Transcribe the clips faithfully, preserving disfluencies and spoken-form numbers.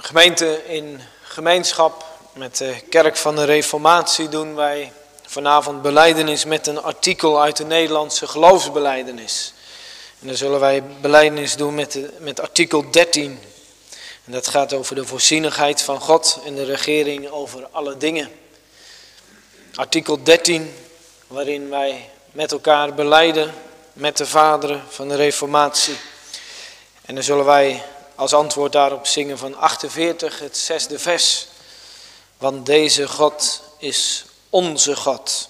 Gemeente, in gemeenschap met de Kerk van de Reformatie doen wij vanavond belijdenis met een artikel uit de Nederlandse geloofsbelijdenis. En dan zullen wij belijdenis doen met, de, met artikel dertien. En dat gaat over de voorzienigheid van God en de regering over alle dingen. Artikel dertien, waarin wij met elkaar belijden met de vaderen van de Reformatie. En dan zullen wij als antwoord daarop zingen van achtenveertig, het zesde vers. Want deze God is onze God.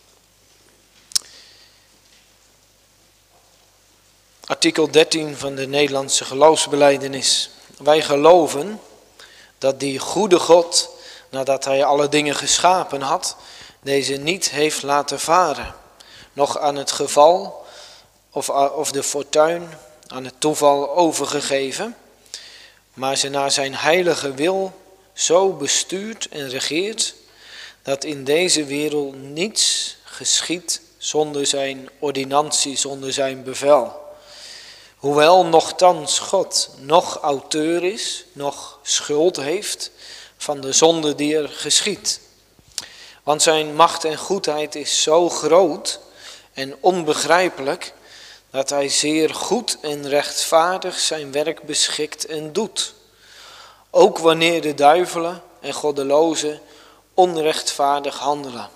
Artikel dertien van de Nederlandse geloofsbelijdenis. Wij geloven dat die goede God, nadat hij alle dingen geschapen had, deze niet heeft laten varen. Nog aan het geval of, of de fortuin, aan het toeval overgegeven. Maar ze naar zijn heilige wil zo bestuurt en regeert, dat in deze wereld niets geschiedt zonder zijn ordinantie, zonder zijn bevel. Hoewel nochtans God nog auteur is, nog schuld heeft van de zonde die er geschiedt. Want zijn macht en goedheid is zo groot en onbegrijpelijk, dat hij zeer goed en rechtvaardig zijn werk beschikt en doet. Ook wanneer de duivelen en goddelozen onrechtvaardig handelen.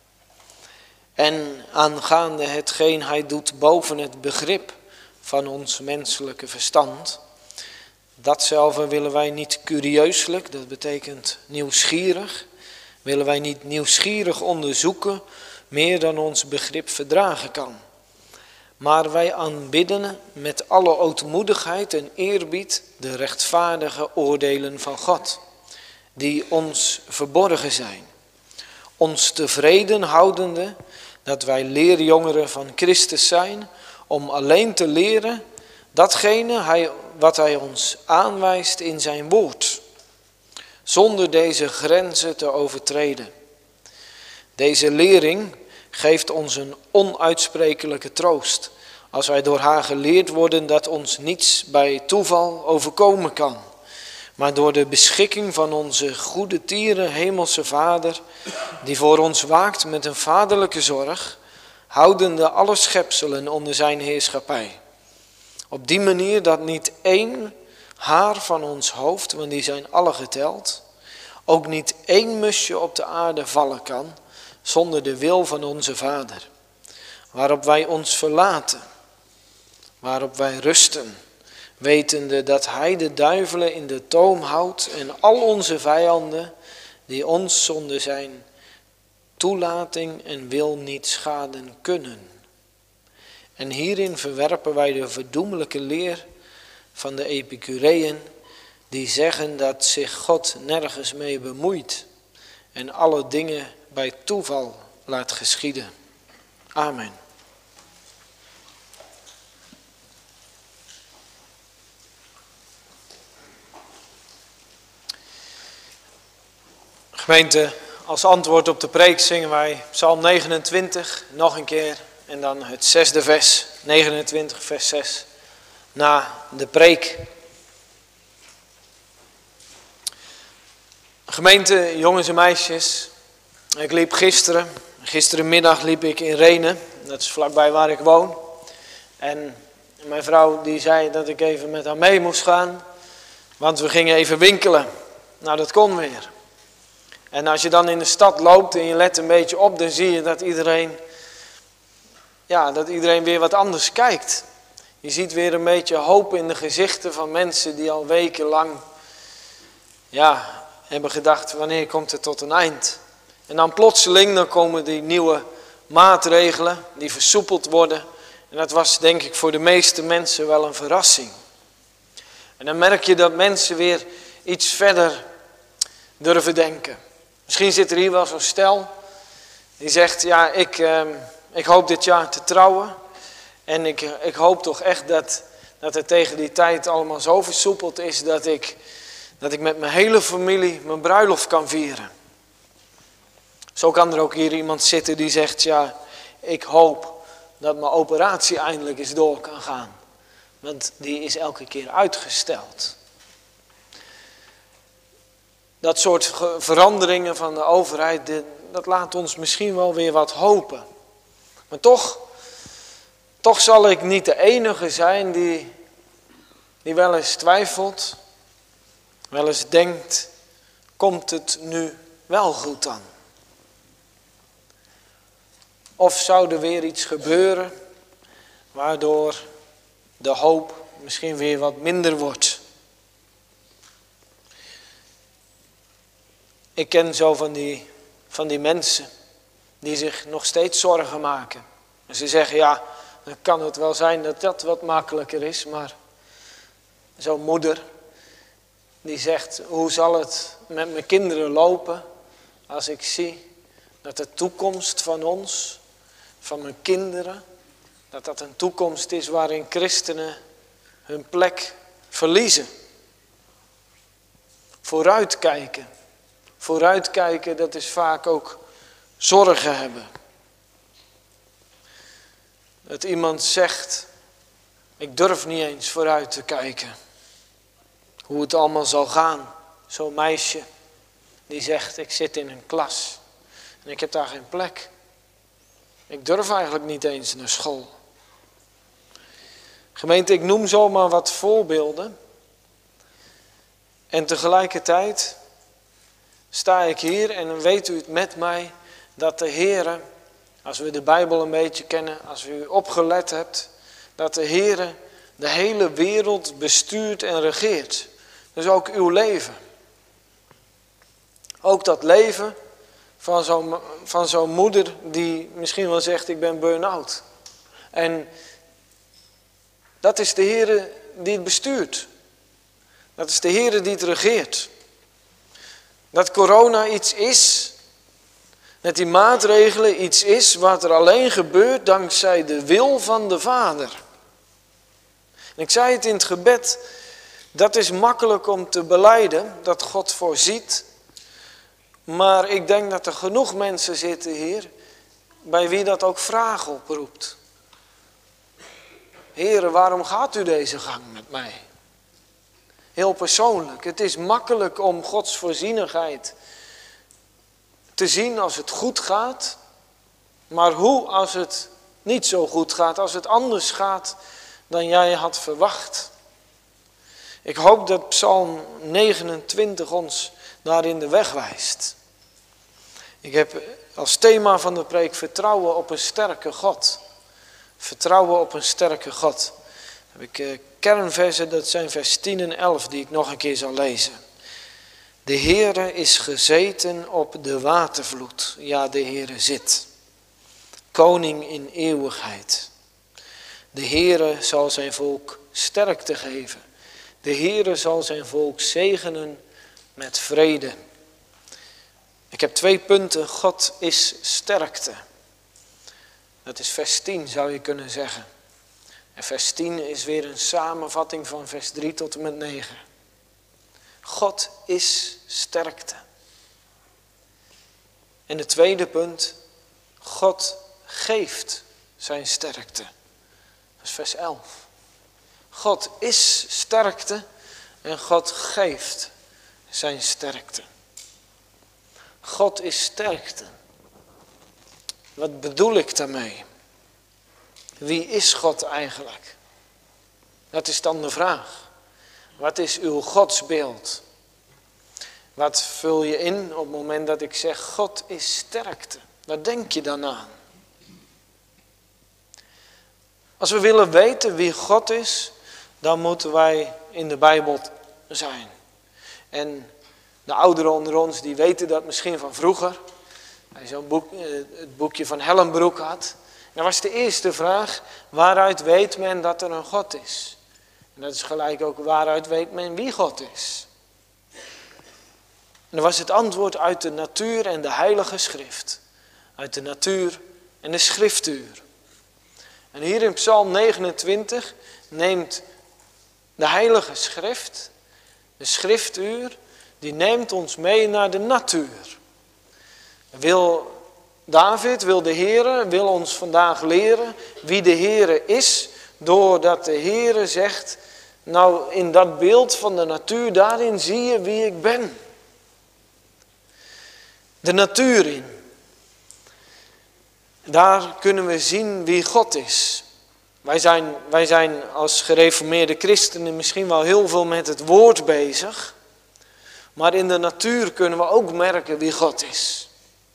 En aangaande hetgeen hij doet boven het begrip van ons menselijke verstand, datzelfde willen wij niet curieuselijk, dat betekent nieuwsgierig, willen wij niet nieuwsgierig onderzoeken, meer dan ons begrip verdragen kan. Maar wij aanbidden met alle ootmoedigheid en eerbied de rechtvaardige oordelen van God, die ons verborgen zijn. Ons tevreden houdende dat wij leerjongeren van Christus zijn, om alleen te leren datgene hij, wat hij ons aanwijst in zijn woord, zonder deze grenzen te overtreden. Deze lering geeft ons een onuitsprekelijke troost, als wij door haar geleerd worden dat ons niets bij toeval overkomen kan, maar door de beschikking van onze goede tieren hemelse Vader, die voor ons waakt met een vaderlijke zorg, houdende alle schepselen onder zijn heerschappij. Op die manier dat niet één haar van ons hoofd, want die zijn alle geteld, ook niet één musje op de aarde vallen kan, zonder de wil van onze Vader, waarop wij ons verlaten, waarop wij rusten, wetende dat hij de duivelen in de toom houdt en al onze vijanden, die ons zonder zijn toelating en wil niet schaden kunnen. En hierin verwerpen wij de verdoemelijke leer van de Epicureeën, die zeggen dat zich God nergens mee bemoeit en alle dingen bij toeval laat geschieden. Amen. Gemeente, als antwoord op de preek zingen wij Psalm negenentwintig nog een keer en dan het zesde vers, negenentwintig vers zes, na de preek. Gemeente, jongens en meisjes, ik liep gisteren, gisterenmiddag liep ik in Rhenen, dat is vlakbij waar ik woon. En mijn vrouw die zei dat ik even met haar mee moest gaan, want we gingen even winkelen. Nou, dat kon weer. En als je dan in de stad loopt en je let een beetje op, dan zie je dat iedereen, ja, dat iedereen weer wat anders kijkt. Je ziet weer een beetje hoop in de gezichten van mensen die al wekenlang, ja, hebben gedacht, wanneer komt het tot een eind? En dan plotseling, dan komen die nieuwe maatregelen die versoepeld worden. En dat was denk ik voor de meeste mensen wel een verrassing. En dan merk je dat mensen weer iets verder durven denken. Misschien zit er hier wel zo'n stel die zegt, ja, ik, eh, ik hoop dit jaar te trouwen. En ik, ik hoop toch echt dat, dat het tegen die tijd allemaal zo versoepeld is dat ik, dat ik met mijn hele familie mijn bruiloft kan vieren. Zo kan er ook hier iemand zitten die zegt, ja, ik hoop dat mijn operatie eindelijk eens door kan gaan. Want die is elke keer uitgesteld. dat soort veranderingen van de overheid, dat laat ons misschien wel weer wat hopen. Maar toch, toch zal ik niet de enige zijn die, die wel eens twijfelt, wel eens denkt, komt het nu wel goed dan? Of zou er weer iets gebeuren waardoor de hoop misschien weer wat minder wordt? Ik ken zo van die, van die mensen die zich nog steeds zorgen maken. En ze zeggen, ja, dan kan het wel zijn dat dat wat makkelijker is, maar zo'n moeder die zegt, hoe zal het met mijn kinderen lopen als ik zie dat de toekomst van ons, van mijn kinderen, dat dat een toekomst is waarin christenen hun plek verliezen. Vooruitkijken. Vooruitkijken, dat is vaak ook zorgen hebben. Dat iemand zegt, ik durf niet eens vooruit te kijken. Hoe het allemaal zal gaan. Zo'n meisje die zegt, ik zit in een klas en ik heb daar geen plek. Ik durf eigenlijk niet eens naar school. Gemeente, ik noem zomaar wat voorbeelden. En tegelijkertijd sta ik hier en dan weet u het met mij dat de Heere, als we de Bijbel een beetje kennen, als u opgelet hebt, dat de Heere de hele wereld bestuurt en regeert. Dus ook uw leven. Ook dat leven van zo'n, van zo'n moeder die misschien wel zegt, ik ben burn-out. En dat is de Heere die het bestuurt. Dat is de Heere die het regeert. Dat corona iets is, dat die maatregelen iets is wat er alleen gebeurt dankzij de wil van de Vader. En ik zei het in het gebed, dat is makkelijk om te belijden, dat God voorziet. Maar ik denk dat er genoeg mensen zitten hier, bij wie dat ook vragen oproept. Heere, waarom gaat u deze gang met mij? Heel persoonlijk. Het is makkelijk om Gods voorzienigheid te zien als het goed gaat. Maar hoe als het niet zo goed gaat, als het anders gaat dan jij had verwacht? Ik hoop dat Psalm negenentwintig ons daarin de weg wijst. Ik heb als thema van de preek vertrouwen op een sterke God. Vertrouwen op een sterke God. Dan heb ik uh, kernversen, dat zijn vers tien en elf die ik nog een keer zal lezen. De Heere is gezeten op de watervloed. Ja, de Heere zit. Koning in eeuwigheid. De Heere zal zijn volk sterkte geven. De Heere zal zijn volk zegenen met vrede. Ik heb twee punten. God is sterkte. Dat is vers tien, zou je kunnen zeggen. En vers tien is weer een samenvatting van vers drie tot en met negen. God is sterkte. En de tweede punt. God geeft zijn sterkte. Dat is vers elf. God is sterkte en God geeft zijn sterkte. God is sterkte. Wat bedoel ik daarmee? Wie is God eigenlijk? Dat is dan de vraag. Wat is uw godsbeeld? Wat vul je in op het moment dat ik zeg God is sterkte? Wat denk je dan aan? Als we willen weten wie God is, dan moeten wij in de Bijbel zijn. En de ouderen onder ons die weten dat misschien van vroeger. Hij zo'n boek, het boekje van Hellenbroek had. En dat was de eerste vraag, waaruit weet men dat er een God is? En dat is gelijk ook, waaruit weet men wie God is? En dat was het antwoord uit de natuur en de heilige schrift. Uit de natuur en de schriftuur. En hier in Psalm negenentwintig neemt de heilige schrift, de schriftuur, die neemt ons mee naar de natuur. Wil David, wil de Heere, wil ons vandaag leren wie de Heere is, doordat de Heere zegt, nou in dat beeld van de natuur, daarin zie je wie ik ben. de natuur in. Daar kunnen we zien wie God is. Wij zijn, wij zijn als gereformeerde christenen misschien wel heel veel met het woord bezig. Maar in de natuur kunnen we ook merken wie God is.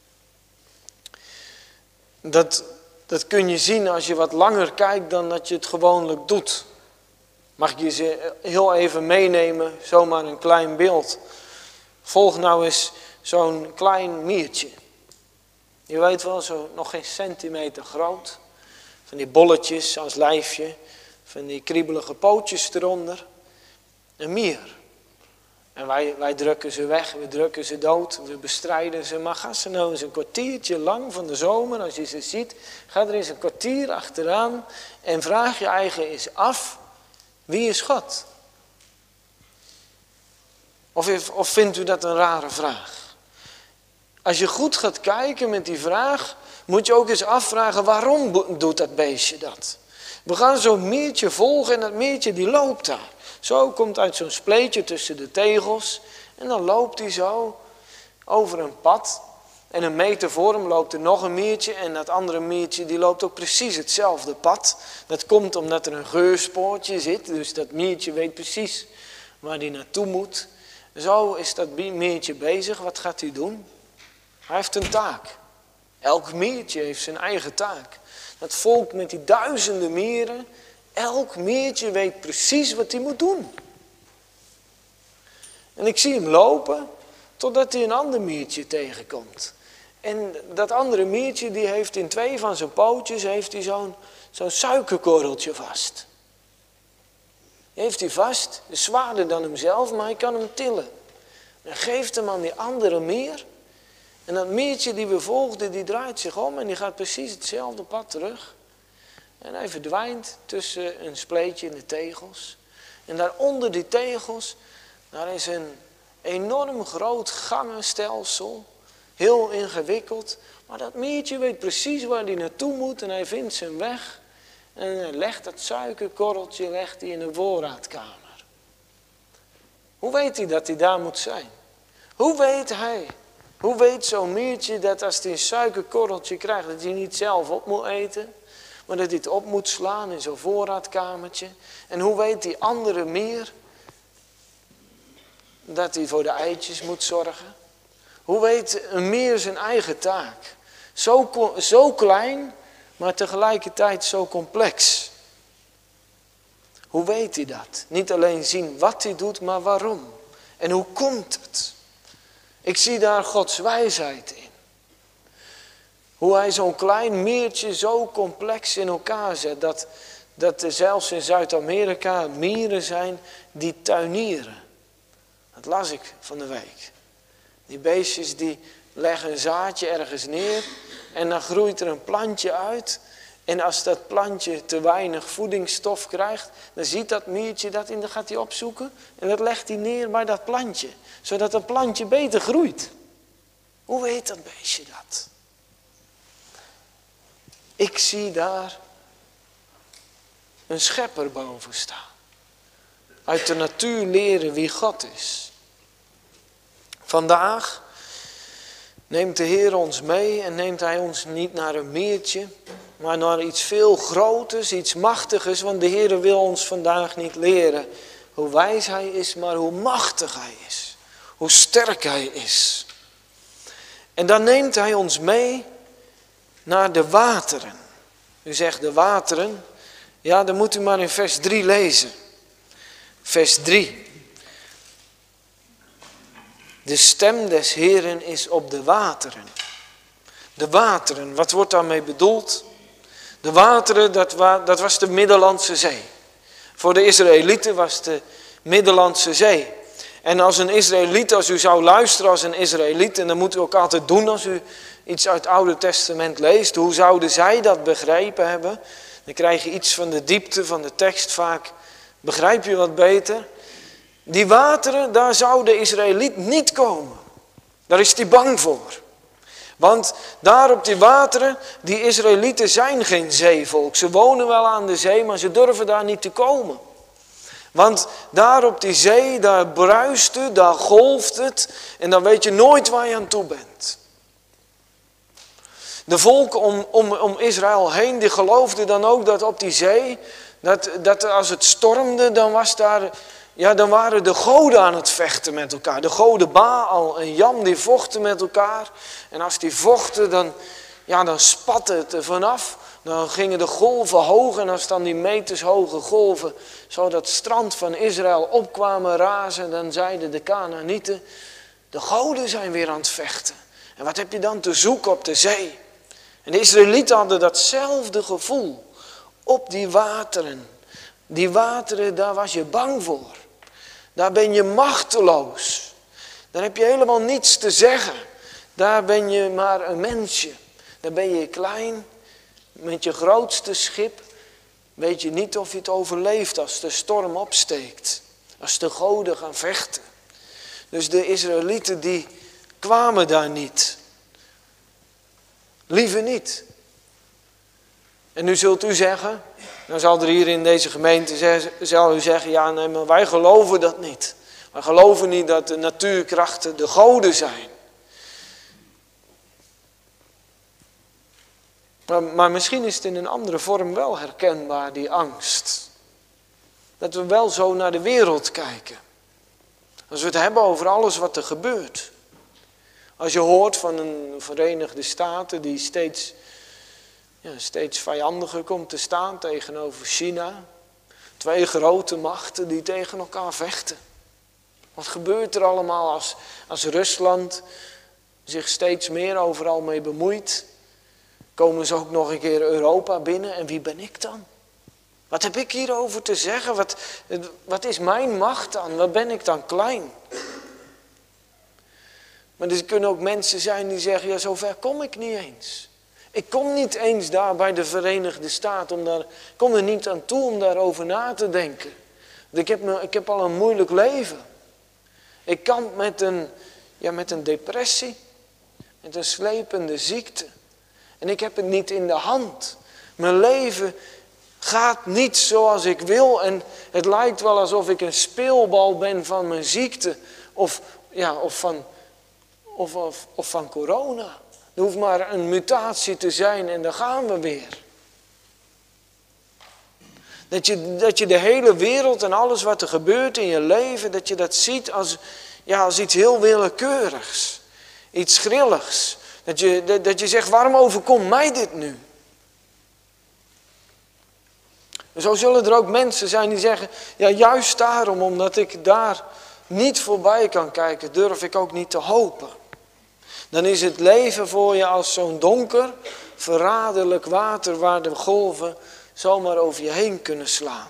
Dat, dat kun je zien als je wat langer kijkt dan dat je het gewoonlijk doet. Mag ik je ze heel even meenemen, zomaar een klein beeld. Volg nou eens zo'n klein miertje. Je weet wel, zo nog geen centimeter groot. Van die bolletjes als lijfje. Van die kriebelige pootjes eronder. Een mier. En wij, wij drukken ze weg, we drukken ze dood, we bestrijden ze. Maar ga ze nou eens een kwartiertje lang van de zomer, als je ze ziet. Ga er eens een kwartier achteraan en vraag je eigen eens af. Wie is God? Of, of vindt u dat een rare vraag? Als je goed gaat kijken met die vraag, moet je ook eens afvragen, waarom doet dat beestje dat? We gaan zo'n miertje volgen en dat miertje die loopt daar. Zo komt uit zo'n spleetje tussen de tegels en dan loopt hij zo over een pad. En een meter voor hem loopt er nog een miertje en dat andere miertje die loopt ook precies hetzelfde pad. Dat komt omdat er een geurspoortje zit, dus dat miertje weet precies waar hij naartoe moet. Zo is dat miertje bezig, wat gaat hij doen? Hij heeft een taak. Elk miertje heeft zijn eigen taak. Dat volk met die duizenden mieren, elk miertje weet precies wat hij moet doen. En ik zie hem lopen totdat hij een ander miertje tegenkomt. En dat andere miertje die heeft in twee van zijn pootjes heeft hij zo'n zo'n suikerkorreltje vast. Die heeft hij vast, is zwaarder dan hemzelf, maar hij kan hem tillen. En geeft hem aan die andere mier. En dat miertje die we volgden, die draait zich om en die gaat precies hetzelfde pad terug. En hij verdwijnt tussen een spleetje in de tegels. En daaronder die tegels, daar is een enorm groot gangenstelsel. Heel ingewikkeld. Maar dat miertje weet precies waar hij naartoe moet en hij vindt zijn weg. En hij legt dat suikerkorreltje legt hij in de voorraadkamer. Hoe weet hij dat hij daar moet zijn? Hoe weet hij? Hoe weet zo'n miertje dat als hij een suikerkorreltje krijgt, dat hij niet zelf op moet eten, maar dat hij het op moet slaan in zo'n voorraadkamertje? En hoe weet die andere mier dat hij voor de eitjes moet zorgen? Hoe weet een mier zijn eigen taak? Zo, zo klein, maar tegelijkertijd zo complex. Hoe weet hij dat? Niet alleen zien wat hij doet, maar waarom. En hoe komt het? Ik zie daar Gods wijsheid in. Hoe hij zo'n klein miertje zo complex in elkaar zet. Dat, dat er zelfs in Zuid-Amerika mieren zijn die tuinieren. Dat las ik van de week. Die beestjes die leggen een zaadje ergens neer. En dan groeit er een plantje uit. En als dat plantje te weinig voedingsstof krijgt, dan ziet dat miertje dat en dan gaat hij opzoeken. En dat legt hij neer bij dat plantje. Zodat dat plantje beter groeit. Hoe weet dat beestje dat? Ik zie daar een schepper boven staan. Uit de natuur leren wie God is. Vandaag neemt de Heer ons mee en neemt Hij ons niet naar een meertje, maar naar iets veel groters, iets machtigers. Want de Heer wil ons vandaag niet leren hoe wijs Hij is, maar hoe machtig Hij is. Hoe sterk Hij is. En dan neemt Hij ons mee naar de wateren. U zegt de wateren. Ja, dan moet u maar in vers drie lezen. Vers drie. De stem des Heeren is op de wateren. De wateren, wat wordt daarmee bedoeld? De wateren, dat, wa- dat was de Middellandse Zee. Voor de Israëlieten was de Middellandse Zee. En als een Israëliet, als u zou luisteren als een Israëliet, en dat moet u ook altijd doen als u iets uit het Oude Testament leest, hoe zouden zij dat begrepen hebben? Dan krijg je iets van de diepte van de tekst vaak, begrijp je wat beter. Die wateren, daar zou de Israëliet niet komen. Daar is hij bang voor. Want daar op die wateren, die Israëlieten zijn geen zeevolk. Ze wonen wel aan de zee, maar ze durven daar niet te komen. Want daar op die zee, daar bruist het, daar golft het. En dan weet je nooit waar je aan toe bent. De volken om, om, om Israël heen, die geloofden dan ook dat op die zee, dat, dat als het stormde, dan, was daar, ja, dan waren de goden aan het vechten met elkaar. De goden Baal en Jam, die vochten met elkaar. En als die vochten, dan, ja, dan spatte het er vanaf. Dan gingen de golven hoog en als dan die metershoge golven zo dat strand van Israël opkwamen razen, dan zeiden de Kanaanieten, de goden zijn weer aan het vechten. En wat heb je dan te zoeken op de zee? En de Israëlieten hadden datzelfde gevoel op die wateren. Die wateren, daar was je bang voor. Daar ben je machteloos. Daar heb je helemaal niets te zeggen. Daar ben je maar een mensje. Daar ben je klein. Met je grootste schip weet je niet of je het overleeft als de storm opsteekt. Als de goden gaan vechten. Dus de Israëlieten die kwamen daar niet. Liever niet. En nu zult u zeggen, dan zal er hier in deze gemeente zal u zeggen, ja nee, maar wij geloven dat niet. Wij geloven niet dat de natuurkrachten de goden zijn. Maar, maar misschien is het in een andere vorm wel herkenbaar, die angst. Dat we wel zo naar de wereld kijken. Als we het hebben over alles wat er gebeurt. Als je hoort van een Verenigde Staten die steeds, ja, steeds vijandiger komt te staan tegenover China. Twee grote machten die tegen elkaar vechten. Wat gebeurt er allemaal als, als Rusland zich steeds meer overal mee bemoeit? Komen ze ook nog een keer Europa binnen en wie ben ik dan? Wat heb ik hierover te zeggen? Wat, wat is mijn macht dan? Wat ben ik dan klein? Maar er kunnen ook mensen zijn die zeggen, ja zover kom ik niet eens. Ik kom niet eens daar bij de Verenigde Staten, om daar, ik kom er niet aan toe om daarover na te denken. Ik heb, me, ik heb al een moeilijk leven. Ik kamp met een, ja, met een depressie, met een slepende ziekte. En ik heb het niet in de hand. Mijn leven gaat niet zoals ik wil. En het lijkt wel alsof ik een speelbal ben van mijn ziekte. Of, ja, of, van, of, of, of van corona. Er hoeft maar een mutatie te zijn en dan gaan we weer. Dat je, dat je de hele wereld en alles wat er gebeurt in je leven, dat je dat ziet als, ja, als iets heel willekeurigs. Iets grilligs. Dat je, dat, dat je zegt, waarom overkomt mij dit nu? En zo zullen er ook mensen zijn die zeggen, ja juist daarom, omdat ik daar niet voorbij kan kijken, durf ik ook niet te hopen. Dan is het leven voor je als zo'n donker, verraderlijk water waar de golven zomaar over je heen kunnen slaan.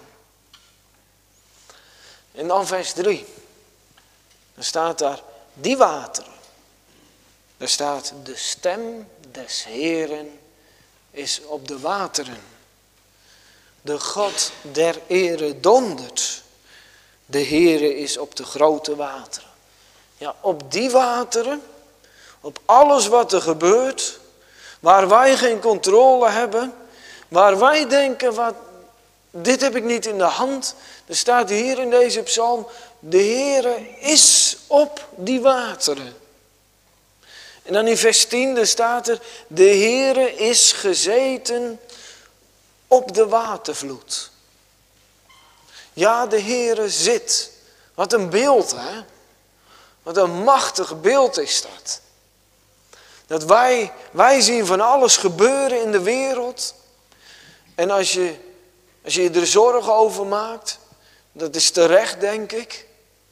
En dan vers drie. Dan staat daar, die wateren. Daar staat, de stem des Heeren is op de wateren. De God der ere dondert. De Heere is op de grote wateren. Ja, op die wateren, op alles wat er gebeurt, waar wij geen controle hebben, waar wij denken, wat, dit heb ik niet in de hand. Er staat hier in deze psalm, de Heere is op die wateren. En dan in vers tien, daar staat er, de Heere is gezeten op de watervloed. Ja, de Heere zit. Wat een beeld, hè? Wat een machtig beeld is dat. Dat wij, wij zien van alles gebeuren in de wereld. En als je, als je je er zorgen over maakt, dat is terecht, denk ik.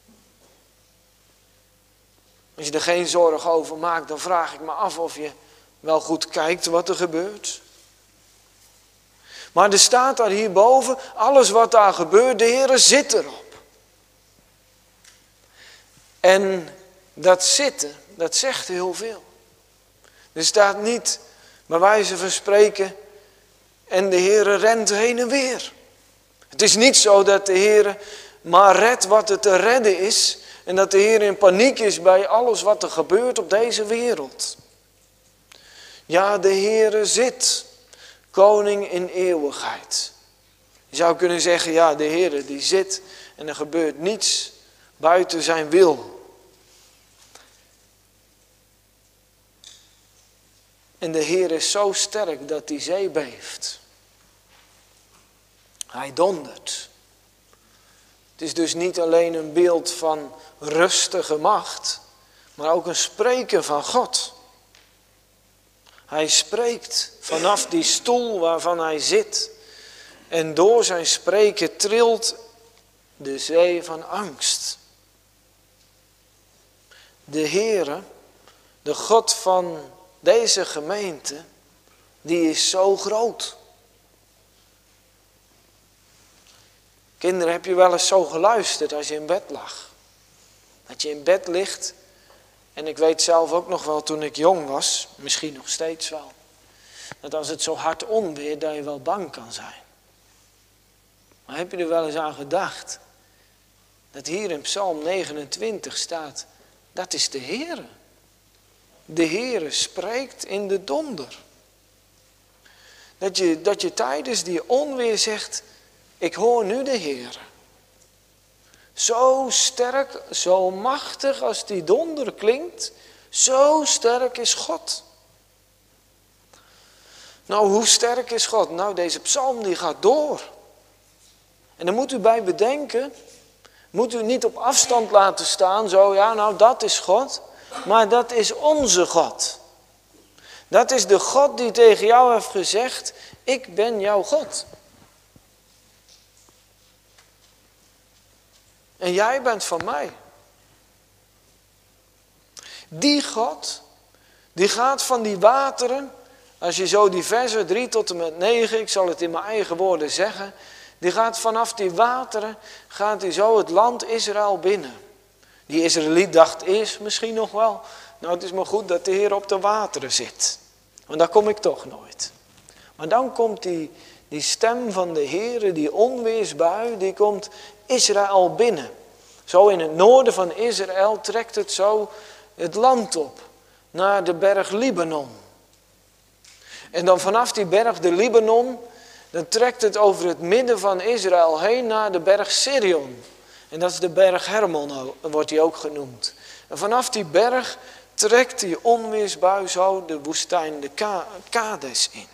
Als je er geen zorgen over maakt, dan vraag ik me af of je wel goed kijkt wat er gebeurt. Maar er staat daar hierboven, alles wat daar gebeurt, de Heere zit erop. En dat zitten, dat zegt heel veel. Er staat niet, bij wijze van spreken, en de Heere rent heen en weer. Het is niet zo dat de Heere maar redt wat er te redden is. En dat de Heer in paniek is bij alles wat er gebeurt op deze wereld. Ja, de Heere zit, koning in eeuwigheid. Je zou kunnen zeggen, ja, de Heere die zit en er gebeurt niets buiten zijn wil. En de Heer is zo sterk dat die zee beeft. Hij dondert. Het is dus niet alleen een beeld van rustige macht, maar ook een spreken van God. Hij spreekt vanaf die stoel waarvan hij zit. En door zijn spreken trilt de zee van angst. De Heere, de God van deze gemeente, die is zo groot. Kinderen, heb je wel eens zo geluisterd als je in bed lag? Dat je in bed ligt, en ik weet zelf ook nog wel toen ik jong was, misschien nog steeds wel, dat als het zo hard onweert, dat je wel bang kan zijn. Maar heb je er wel eens aan gedacht, dat hier in Psalm negenentwintig staat, dat is de Heere. De Heere spreekt in de donder. Dat je, dat je tijdens die onweer zegt, ik hoor nu de Heere. Zo sterk, zo machtig als die donder klinkt, zo sterk is God. Nou, hoe sterk is God? Nou, deze psalm die gaat door. En daar moet u bij bedenken, moet u niet op afstand laten staan, zo ja, nou dat is God. Maar dat is onze God. Dat is de God die tegen jou heeft gezegd, ik ben jouw God. En jij bent van mij. Die God, die gaat van die wateren, als je zo die versen drie tot en met negen, ik zal het in mijn eigen woorden zeggen, die gaat vanaf die wateren, gaat hij zo het land Israël binnen. Die Israëliet dacht eerst misschien nog wel, nou het is maar goed dat de Heer op de wateren zit. Want daar kom ik toch nooit. Maar dan komt die, die stem van de Heer, die onweersbui, die komt Israël binnen. Zo in het noorden van Israël trekt het zo het land op, naar de berg Libanon. En dan vanaf die berg de Libanon, dan trekt het over het midden van Israël heen naar de berg Sirion. En dat is de berg Hermon, wordt die ook genoemd. En vanaf die berg trekt die onweersbui zo de woestijn, de Kades in.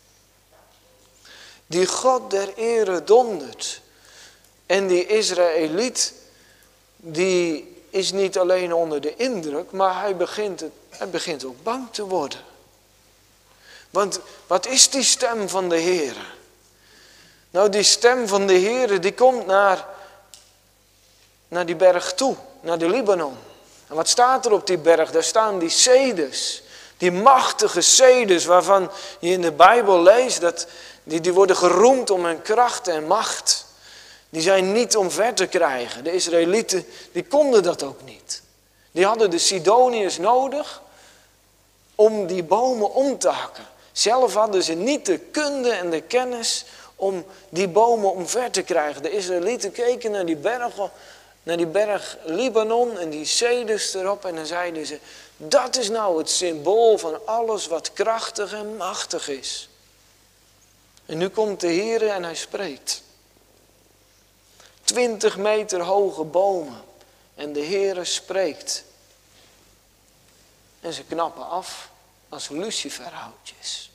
Die God der ere dondert. En die Israëliet, die is niet alleen onder de indruk, maar hij begint, het, hij begint ook bang te worden. Want wat is die stem van de Heere? Nou, die stem van de Heere, die komt naar, naar die berg toe, naar de Libanon. En wat staat er op die berg? Daar staan die ceders, die machtige ceders waarvan je in de Bijbel leest, dat die, die worden geroemd om hun kracht en macht. Die zijn niet omver te krijgen. De Israëlieten, die konden dat ook niet. Die hadden de Sidoniërs nodig om die bomen om te hakken. Zelf hadden ze niet de kunde en de kennis om die bomen omver te krijgen. De Israëlieten keken naar die bergen, naar die berg Libanon en die ceders erop en dan zeiden ze, dat is nou het symbool van alles wat krachtig en machtig is. En nu komt de Heer en hij spreekt. Twintig meter hoge bomen en de Heer spreekt. En ze knappen af als luciferhoutjes.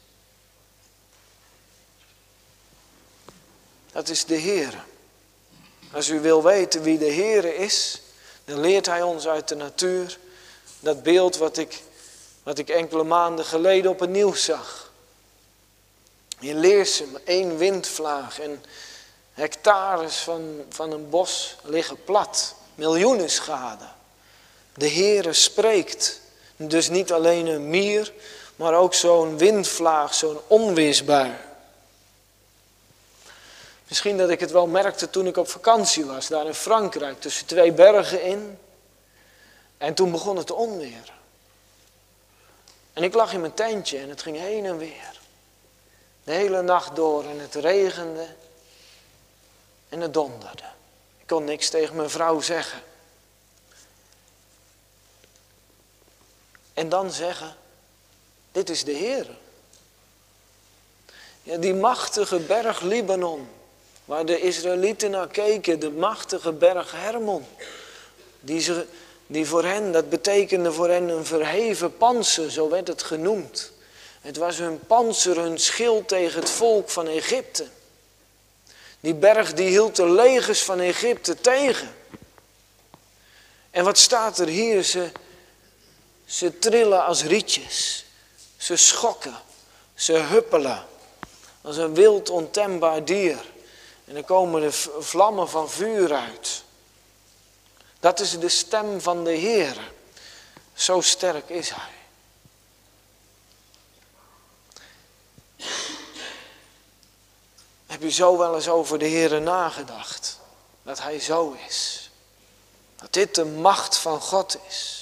Dat is de Heer. Als u wil weten wie de Heer is, dan leert hij ons uit de natuur dat beeld wat ik, wat ik enkele maanden geleden op het nieuws zag. In Leersum, één windvlaag en hectares van, van een bos liggen plat. Miljoenen schade. De Heere spreekt. Dus niet alleen een mier, maar ook zo'n windvlaag, zo'n onweersbui. Misschien dat ik het wel merkte toen ik op vakantie was, daar in Frankrijk, tussen twee bergen in. En toen begon het te onweren. En ik lag in mijn tentje en het ging heen en weer. De hele nacht door en het regende en het donderde. Ik kon niks tegen mijn vrouw zeggen. En dan zeggen, dit is de Heer. Ja, die machtige berg Libanon, waar de Israëlieten naar keken, de machtige berg Hermon. Die, ze, die voor hen, dat betekende voor hen een verheven pantser, zo werd het genoemd. Het was hun pantser, hun schild tegen het volk van Egypte. Die berg die hield de legers van Egypte tegen. En wat staat er hier? Ze, ze trillen als rietjes. Ze schokken. Ze huppelen. Als een wild ontembaar dier. En dan komen de vlammen van vuur uit. Dat is de stem van de Heer. Zo sterk is Hij. Heb je zo wel eens over de Heer nagedacht? Dat Hij zo is. Dat dit de macht van God is.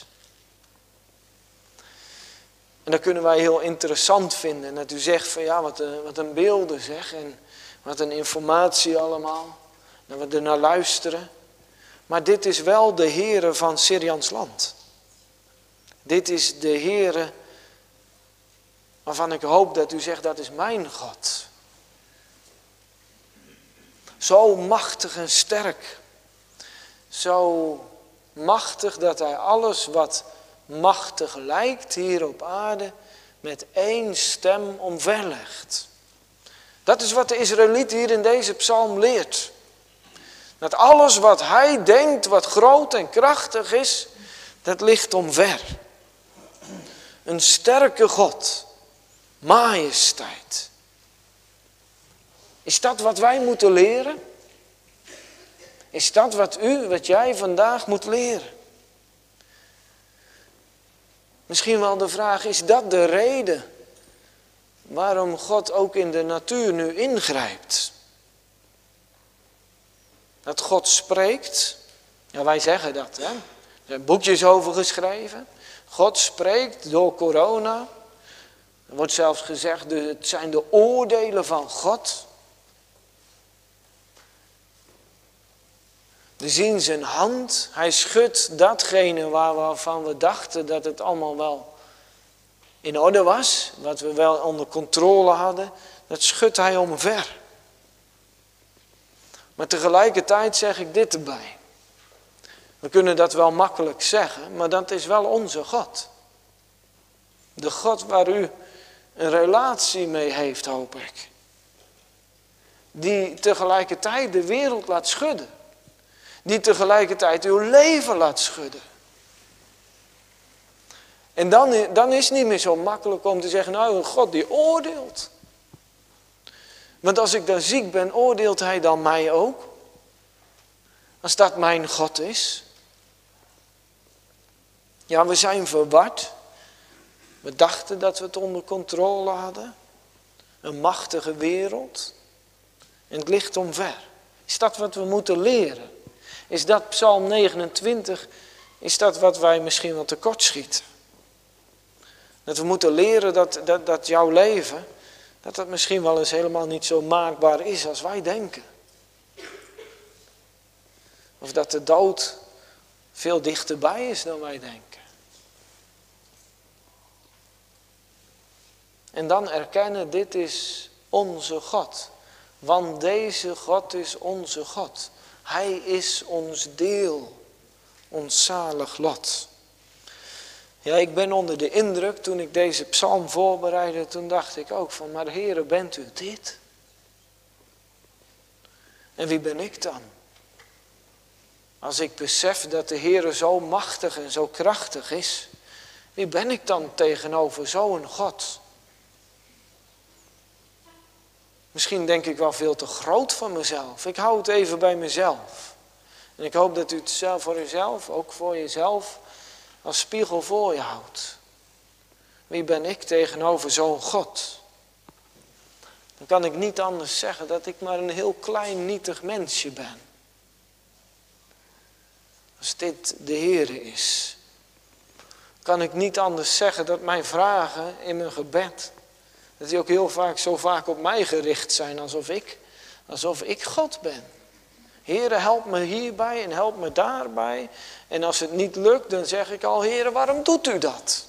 En dat kunnen wij heel interessant vinden. Dat u zegt van ja, wat een, wat een beelden zeg. En wat een informatie allemaal. Dat we er naar luisteren. Maar dit is wel de Heere van Syrians land. Dit is de Heere waarvan ik hoop dat u zegt dat is mijn God. Zo machtig en sterk. Zo machtig dat hij alles wat machtig lijkt hier op aarde met één stem omverlegt. Dat is wat de Israëliet hier in deze psalm leert. Dat alles wat hij denkt, wat groot en krachtig is, dat ligt omver. Een sterke God, majesteit. Is dat wat wij moeten leren? Is dat wat u, wat jij vandaag moet leren? Misschien wel de vraag, is dat de reden waarom God ook in de natuur nu ingrijpt? Dat God spreekt. Ja, wij zeggen dat, hè. Er zijn boekjes over geschreven. God spreekt door corona. Er wordt zelfs gezegd, het zijn de oordelen van God. We zien zijn hand. Hij schudt datgene waarvan we dachten dat het allemaal wel in orde was. Wat we wel onder controle hadden. Dat schudt hij omver. Maar tegelijkertijd zeg ik dit erbij. We kunnen dat wel makkelijk zeggen, maar dat is wel onze God. De God waar u een relatie mee heeft, hoop ik. Die tegelijkertijd de wereld laat schudden. Die tegelijkertijd uw leven laat schudden. En dan, dan is het niet meer zo makkelijk om te zeggen, nou, een God die oordeelt. Want als ik dan ziek ben, oordeelt hij dan mij ook? Als dat mijn God is? Ja, we zijn verward. We dachten dat we het onder controle hadden. Een machtige wereld. En het ligt omver. Is dat wat we moeten leren? Is dat Psalm negenentwintig, is dat wat wij misschien wel tekort schieten? Dat we moeten leren dat, dat, dat jouw leven, dat dat misschien wel eens helemaal niet zo maakbaar is als wij denken. Of dat de dood veel dichterbij is dan wij denken. En dan erkennen, dit is onze God. Want deze God is onze God. Hij is ons deel, ons zalig lot. Ja, ik ben onder de indruk, toen ik deze psalm voorbereidde, toen dacht ik ook van, maar Heere, bent u dit? En wie ben ik dan? Als ik besef dat de Heere zo machtig en zo krachtig is, wie ben ik dan tegenover zo'n God? Misschien denk ik wel veel te groot van mezelf. Ik hou het even bij mezelf. En ik hoop dat u het zelf voor uzelf, ook voor jezelf, als spiegel voor je houdt. Wie ben ik tegenover zo'n God? Dan kan ik niet anders zeggen dat ik maar een heel klein nietig mensje ben. Als dit de Heere is, kan ik niet anders zeggen dat mijn vragen in mijn gebed, dat die ook heel vaak zo vaak op mij gericht zijn, alsof ik, alsof ik God ben. Heere, help me hierbij en help me daarbij. En als het niet lukt, dan zeg ik al, Heere, waarom doet u dat?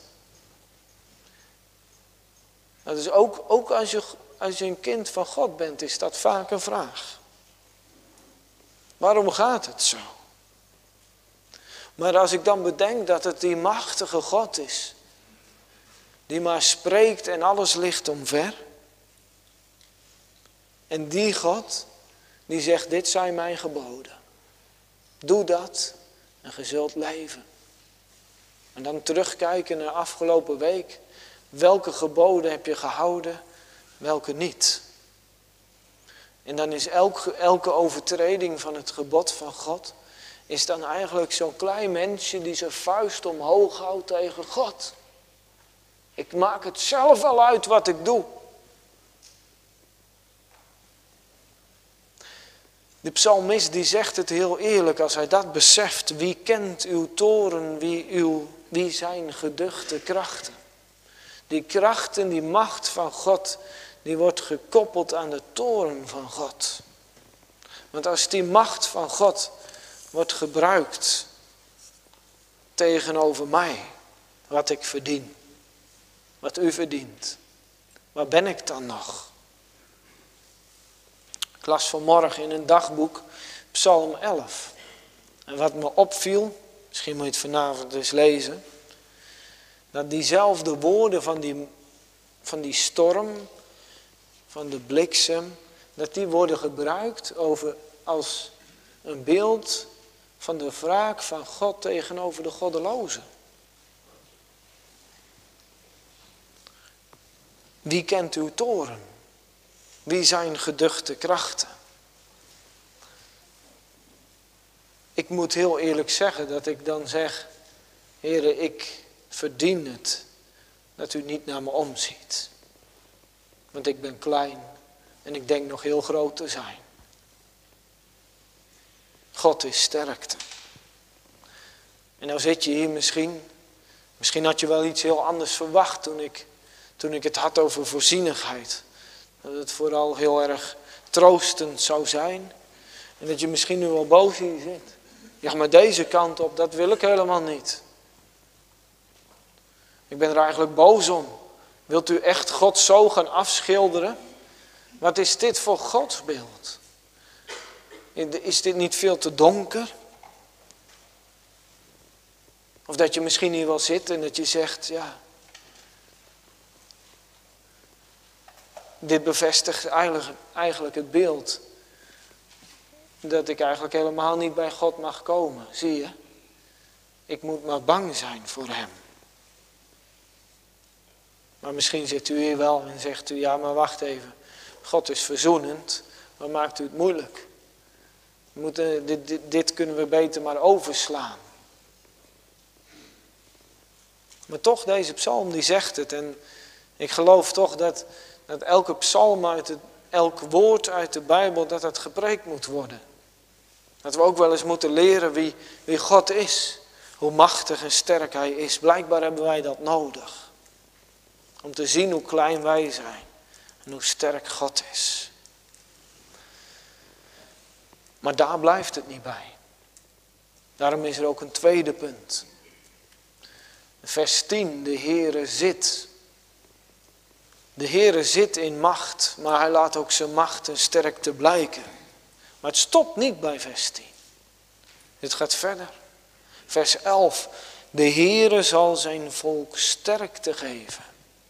Dat is ook, ook als je, als je een kind van God bent, is dat vaak een vraag. Waarom gaat het zo? Maar als ik dan bedenk dat het die machtige God is, die maar spreekt en alles ligt omver. En die God, die zegt, dit zijn mijn geboden. Doe dat en je zult leven. En dan terugkijken naar afgelopen week. Welke geboden heb je gehouden, welke niet? En dan is elke, elke overtreding van het gebod van God, is dan eigenlijk zo'n klein mensje die zijn vuist omhoog houdt tegen God. Ik maak het zelf wel uit wat ik doe. De psalmist die zegt het heel eerlijk als hij dat beseft. Wie kent uw toren, wie, uw, wie zijn geduchte krachten? Die krachten, die macht van God, die wordt gekoppeld aan de toren van God. Want als die macht van God wordt gebruikt tegenover mij, wat ik verdien, wat u verdient, waar ben ik dan nog? Ik las vanmorgen in een dagboek Psalm elf. En wat me opviel, misschien moet je het vanavond eens lezen, dat diezelfde woorden van die, van die storm, van de bliksem, dat die worden gebruikt over, als een beeld van de wraak van God tegenover de goddelozen. Wie kent uw toren? Wie zijn geduchte krachten? Ik moet heel eerlijk zeggen dat ik dan zeg, Heere, ik verdien het dat u niet naar me omziet. Want ik ben klein en ik denk nog heel groot te zijn. God is sterkte. En nou zit je hier misschien, misschien had je wel iets heel anders verwacht toen ik, toen ik het had over voorzienigheid. Dat het vooral heel erg troostend zou zijn. En dat je misschien nu wel boos hier zit. Ja, maar deze kant op, dat wil ik helemaal niet. Ik ben er eigenlijk boos om. Wilt u echt God zo gaan afschilderen? Wat is dit voor godsbeeld? Is dit niet veel te donker? Of dat je misschien hier wel zit en dat je zegt, ja, dit bevestigt eigenlijk, eigenlijk het beeld dat ik eigenlijk helemaal niet bij God mag komen. Zie je? Ik moet maar bang zijn voor hem. Maar misschien zit u hier wel en zegt u, ja maar wacht even. God is verzoenend, maar maakt u het moeilijk? We moeten, dit, dit, dit kunnen we beter maar overslaan. Maar toch, deze psalm die zegt het. En ik geloof toch dat, dat elke psalm, uit het, elk woord uit de Bijbel, dat dat gepreekt moet worden. Dat we ook wel eens moeten leren wie, wie God is. Hoe machtig en sterk hij is. Blijkbaar hebben wij dat nodig. Om te zien hoe klein wij zijn. En hoe sterk God is. Maar daar blijft het niet bij. Daarom is er ook een tweede punt. Vers tien, de Heere zit. De Heere zit in macht, maar hij laat ook zijn macht en sterkte blijken. Maar het stopt niet bij vers tien. Het gaat verder. Vers elf, de Heere zal zijn volk sterkte geven.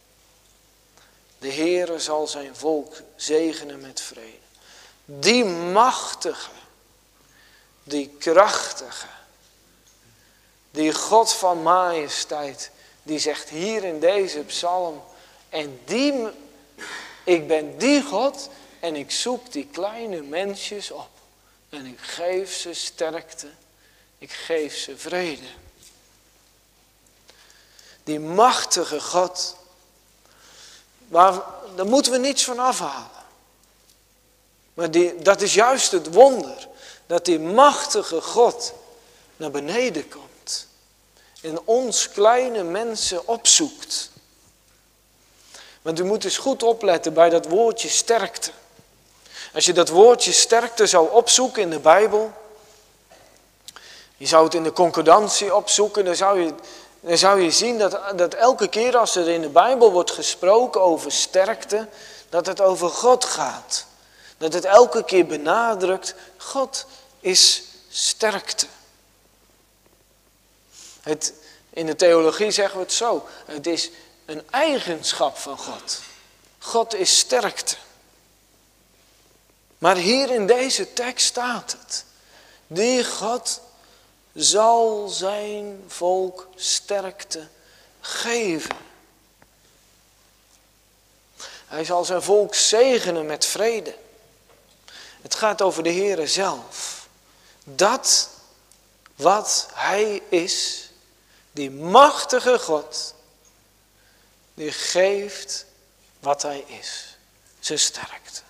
De Heere zal zijn volk zegenen met vrede. Die machtige, die krachtige, die God van majesteit, die zegt hier in deze psalm, en die, ik ben die God en ik zoek die kleine mensjes op. En ik geef ze sterkte, ik geef ze vrede. Die machtige God, waar, daar moeten we niets van afhalen. Maar die, dat is juist het wonder, dat die machtige God naar beneden komt. En ons kleine mensen opzoekt. Want u moet eens goed opletten bij dat woordje sterkte. Als je dat woordje sterkte zou opzoeken in de Bijbel. Je zou het in de concordantie opzoeken. Dan zou je, dan zou je zien dat, dat elke keer als er in de Bijbel wordt gesproken over sterkte. Dat het over God gaat. Dat het elke keer benadrukt. God is sterkte. Het, in de theologie zeggen we het zo. Het is een eigenschap van God. God is sterkte. Maar hier in deze tekst staat het. Die God zal zijn volk sterkte geven. Hij zal zijn volk zegenen met vrede. Het gaat over de Heere zelf. Dat wat hij is, die machtige God, die geeft wat hij is. Zijn sterkte.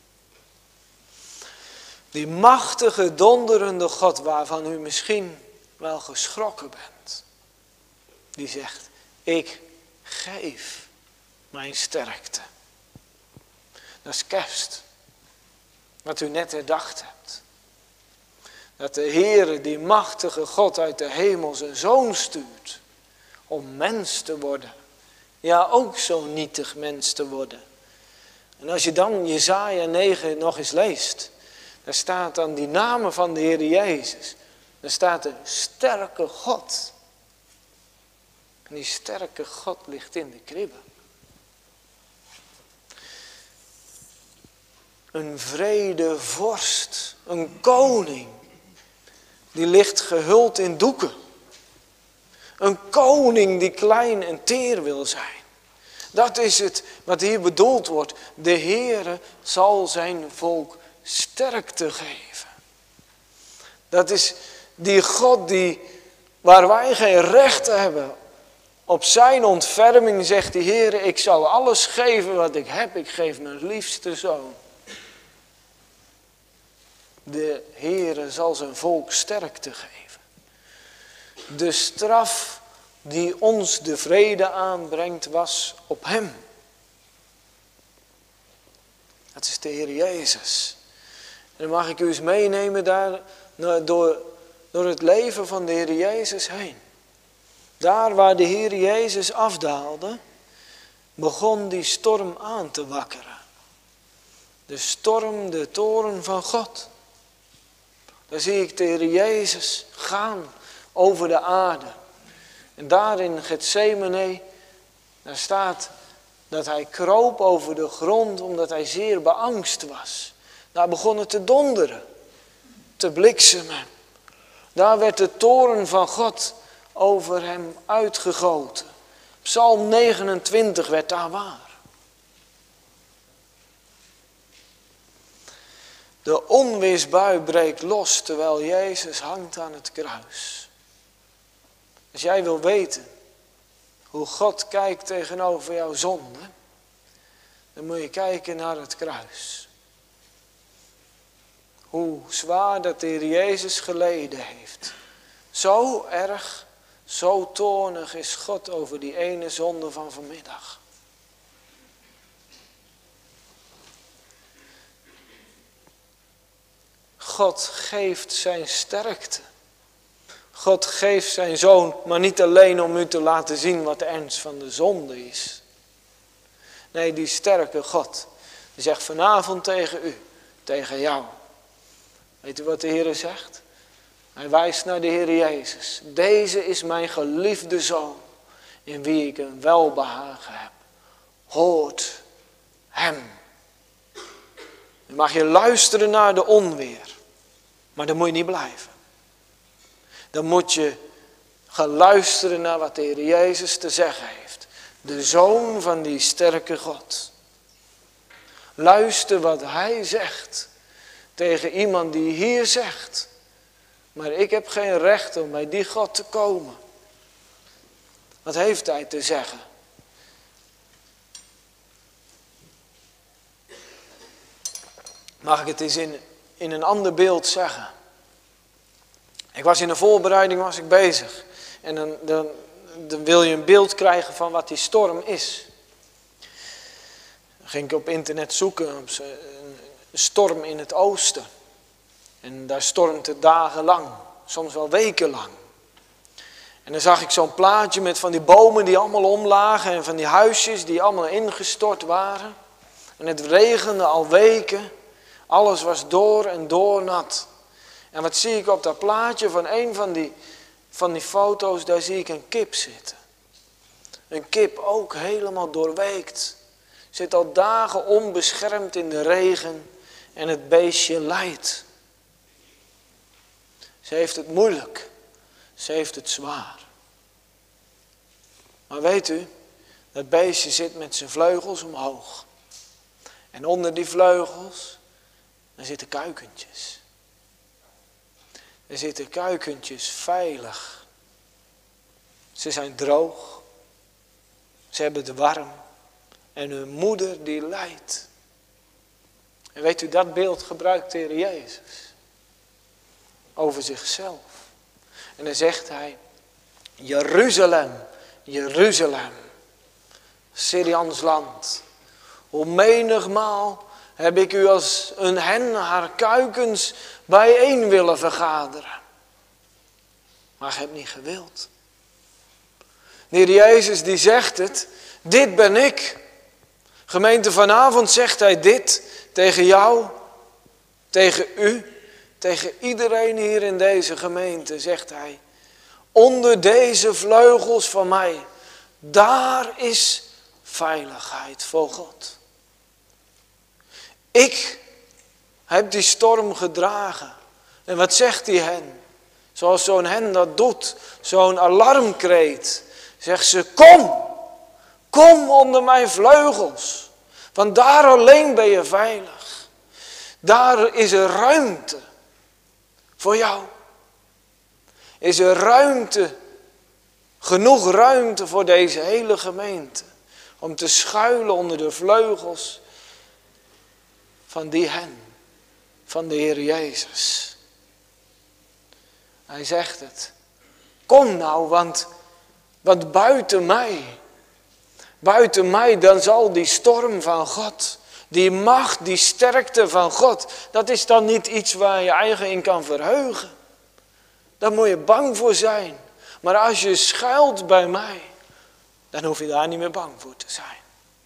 Die machtige, donderende God waarvan u misschien wel geschrokken bent. Die zegt, ik geef mijn sterkte. Dat is kerst. Wat u net herdacht hebt. Dat de Heere, die machtige God uit de hemel zijn zoon stuurt. Om mens te worden. Ja, ook zo'n nietig mens te worden. En als je dan Jesaja negen nog eens leest. Daar staat dan die namen van de Heer Jezus. Daar staat een sterke God. En die sterke God ligt in de kribbe. Een vrede vorst, een koning. Die ligt gehuld in doeken. Een koning die klein en teer wil zijn. Dat is het wat hier bedoeld wordt. De Heere zal zijn volk sterkte geven. Dat is die God die, waar wij geen recht hebben. Op zijn ontferming zegt de Heere, ik zal alles geven wat ik heb. Ik geef mijn liefste zoon. De Heere zal zijn volk sterkte geven. De straf die ons de vrede aanbrengt was op hem. Dat is de Heer Jezus. En dan mag ik u eens meenemen daar door, door het leven van de Heer Jezus heen. Daar waar de Heer Jezus afdaalde, begon die storm aan te wakkeren. De storm, de toorn van God. Daar zie ik de Heer Jezus gaan over de aarde. En daar in Getsemane, daar staat dat hij kroop over de grond omdat hij zeer beangst was. Daar begon het te donderen, te bliksemen. Daar werd de toorn van God over hem uitgegoten. Psalm negenentwintig werd daar waar. De onweersbui breekt los terwijl Jezus hangt aan het kruis. Als jij wil weten hoe God kijkt tegenover jouw zonde, dan moet je kijken naar het kruis. Hoe zwaar dat de Heer Jezus geleden heeft. Zo erg, zo toornig is God over die ene zonde van vanmiddag. God geeft zijn sterkte. God geeft zijn zoon, maar niet alleen om u te laten zien wat de ernst van de zonde is. Nee, die sterke God, die zegt vanavond tegen u, tegen jou. Weet u wat de Heer zegt? Hij wijst naar de Heer Jezus. Deze is mijn geliefde zoon, in wie ik een welbehagen heb. Hoort hem. Dan mag je luisteren naar de onweer. Maar dan moet je niet blijven. Dan moet je gaan luisteren naar wat de Heer Jezus te zeggen heeft. De zoon van die sterke God. Luister wat hij zegt. Tegen iemand die hier zegt. Maar ik heb geen recht om bij die God te komen. Wat heeft hij te zeggen? Mag ik het eens in, in een ander beeld zeggen? Ik was in de voorbereiding was ik bezig. En dan, dan, dan wil je een beeld krijgen van wat die storm is. Dan ging ik op internet zoeken op een storm in het oosten. En daar stormt het dagenlang, soms wel wekenlang. En dan zag ik zo'n plaatje met van die bomen die allemaal omlagen en van die huisjes die allemaal ingestort waren. En het regende al weken. Alles was door en door nat. En wat zie ik op dat plaatje van een van die, van die foto's, daar zie ik een kip zitten. Een kip ook helemaal doorweekt. Zit al dagen onbeschermd in de regen en het beestje lijdt. Ze heeft het moeilijk. Ze heeft het zwaar. Maar weet u, dat beestje zit met zijn vleugels omhoog. En onder die vleugels, daar zitten kuikentjes. Er zitten kuikentjes veilig. Ze zijn droog. Ze hebben het warm. En hun moeder die lijdt. En weet u, dat beeld gebruikt de Heer Jezus. Over zichzelf. En dan zegt hij, Jeruzalem, Jeruzalem, Syrians land. Hoe menigmaal heb ik u als een hen haar kuikens bijeen willen vergaderen. Maar gij hebt niet gewild. De Heer Jezus die zegt het, dit ben ik. Gemeente, vanavond zegt hij dit tegen jou, tegen u, tegen iedereen hier in deze gemeente, zegt hij. Onder deze vleugels van mij, daar is veiligheid voor God. Ik heb die storm gedragen. En wat zegt die hen? Zoals zo'n hen dat doet, zo'n alarmkreet. Zegt ze, kom, kom onder mijn vleugels. Want daar alleen ben je veilig. Daar is er ruimte voor jou. Is er ruimte, genoeg ruimte voor deze hele gemeente. Om te schuilen onder de vleugels van die hen, van de Heer Jezus. Hij zegt het. Kom nou, want, want buiten mij, buiten mij dan zal die storm van God, die macht, die sterkte van God, dat is dan niet iets waar je eigen in kan verheugen. Daar moet je bang voor zijn. Maar als je schuilt bij mij, dan hoef je daar niet meer bang voor te zijn.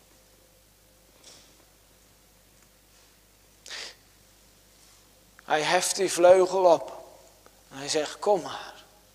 Hij heft die vleugel op. En hij zegt, kom maar.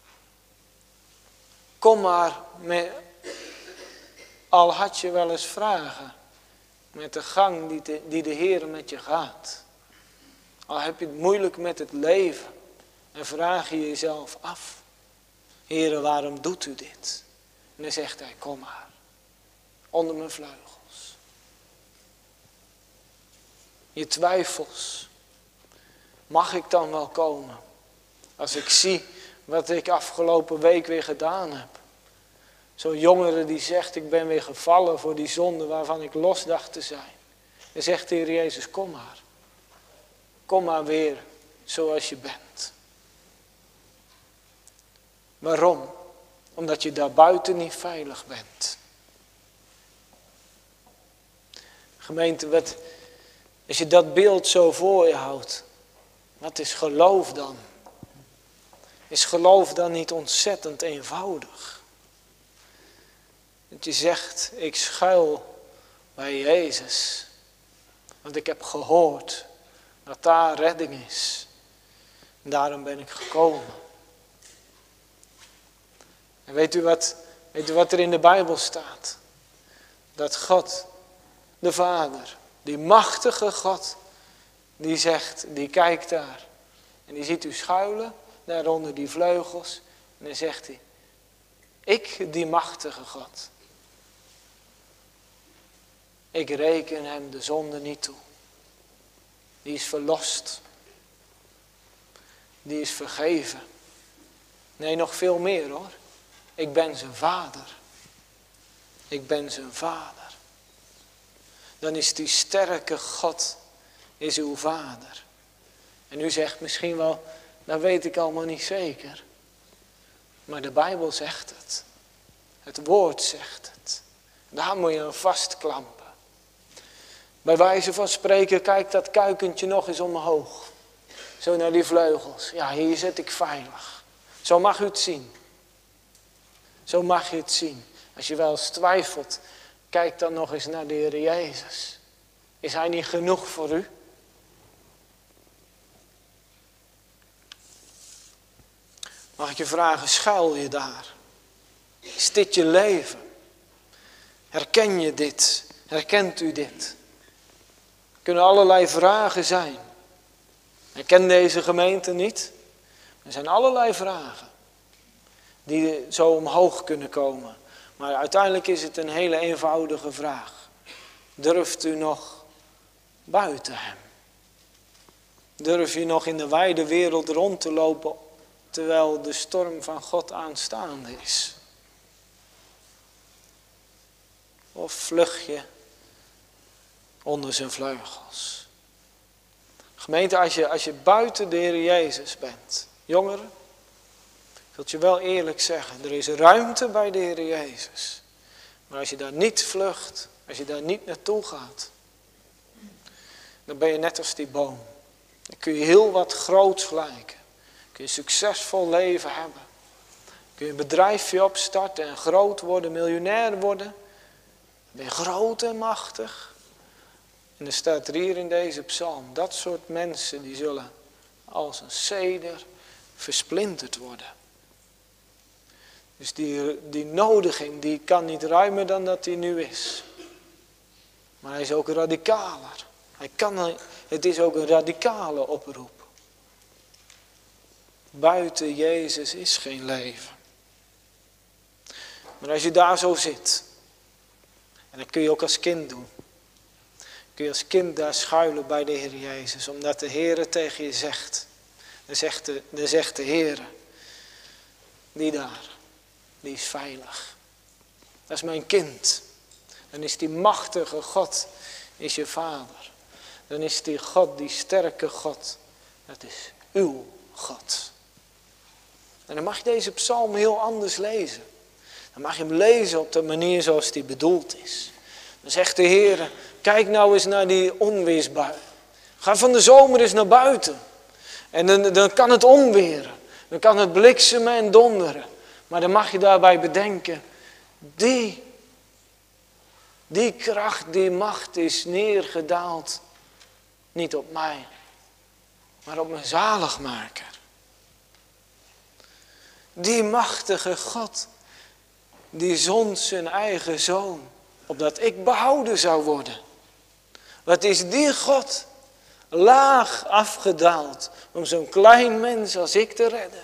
Kom maar, met, al had je wel eens vragen. Met de gang die de, die de Heer met je gaat. Al heb je het moeilijk met het leven. En vraag je jezelf af. Heere, waarom doet u dit? En dan zegt hij, kom maar. Onder mijn vleugels. Je twijfels. Mag ik dan wel komen? Als ik zie wat ik afgelopen week weer gedaan heb. Zo'n jongere die zegt, ik ben weer gevallen voor die zonde waarvan ik los dacht te zijn. Dan zegt de Heer Jezus, kom maar. Kom maar weer zoals je bent. Waarom? Omdat je daar buiten niet veilig bent. Gemeente, wat, als je dat beeld zo voor je houdt, wat is geloof dan? Is geloof dan niet ontzettend eenvoudig? Dat je zegt, ik schuil bij Jezus. Want ik heb gehoord dat daar redding is. En daarom ben ik gekomen. En weet u wat, weet u wat er in de Bijbel staat? Dat God, de Vader, die machtige God, die zegt, die kijkt daar. En die ziet u schuilen, daar onder die vleugels. En dan zegt hij, ik die machtige God. Ik reken hem de zonde niet toe. Die is verlost. Die is vergeven. Nee, nog veel meer hoor. Ik ben zijn vader. Ik ben zijn vader. Dan is die sterke God, is uw vader. En u zegt misschien wel, dat weet ik allemaal niet zeker. Maar de Bijbel zegt het. Het woord zegt het. Daar moet je aan vastklampen. Bij wijze van spreken, kijk dat kuikentje nog eens omhoog. Zo naar die vleugels. Ja, hier zit ik veilig. Zo mag u het zien. Zo mag je het zien. Als je wel eens twijfelt, kijk dan nog eens naar de Heer Jezus. Is hij niet genoeg voor u? Mag ik je vragen, schuil je daar? Is dit je leven? Herken je dit? Herkent u dit? Er kunnen allerlei vragen zijn. Ik ken deze gemeente niet. Er zijn allerlei vragen die zo omhoog kunnen komen. Maar uiteindelijk is het een hele eenvoudige vraag. Durft u nog buiten hem? Durf je nog in de wijde wereld rond te lopen terwijl de storm van God aanstaande is? Of vlug je onder zijn vleugels? Gemeente, als je, als je buiten de Heer Jezus bent, jongeren, ik wil je wel eerlijk zeggen, er is ruimte bij de Heer Jezus. Maar als je daar niet vlucht, als je daar niet naartoe gaat, dan ben je net als die boom. Dan kun je heel wat groots lijken. Kun je een succesvol leven hebben. Kun je een bedrijfje opstarten en groot worden, miljonair worden. Dan ben je groot en machtig. En er staat er hier in deze psalm, dat soort mensen die zullen als een ceder versplinterd worden. Dus die, die nodiging, die kan niet ruimer dan dat die nu is. Maar hij is ook radicaler. Hij kan, het is ook een radicale oproep. Buiten Jezus is geen leven. Maar als je daar zo zit, en dat kun je ook als kind doen. Kun je als kind daar schuilen bij de Heer Jezus, omdat de Heer tegen je zegt. Dan zegt de, dan zegt de Heer, die daar, die is veilig. Dat is mijn kind. Dan is die machtige God, is je vader. Dan is die God, die sterke God, dat is uw God. En dan mag je deze psalm heel anders lezen. Dan mag je hem lezen op de manier zoals die bedoeld is. Dan zegt de Heer, kijk nou eens naar die onweersbui. Ga van de zomer eens naar buiten. En dan, dan kan het onweren. Dan kan het bliksemen en donderen. Maar dan mag je daarbij bedenken, die, die kracht, die macht is neergedaald. Niet op mij, maar op mijn zaligmaker. Die machtige God, die zond zijn eigen zoon, opdat ik behouden zou worden. Wat is die God laag afgedaald om zo'n klein mens als ik te redden.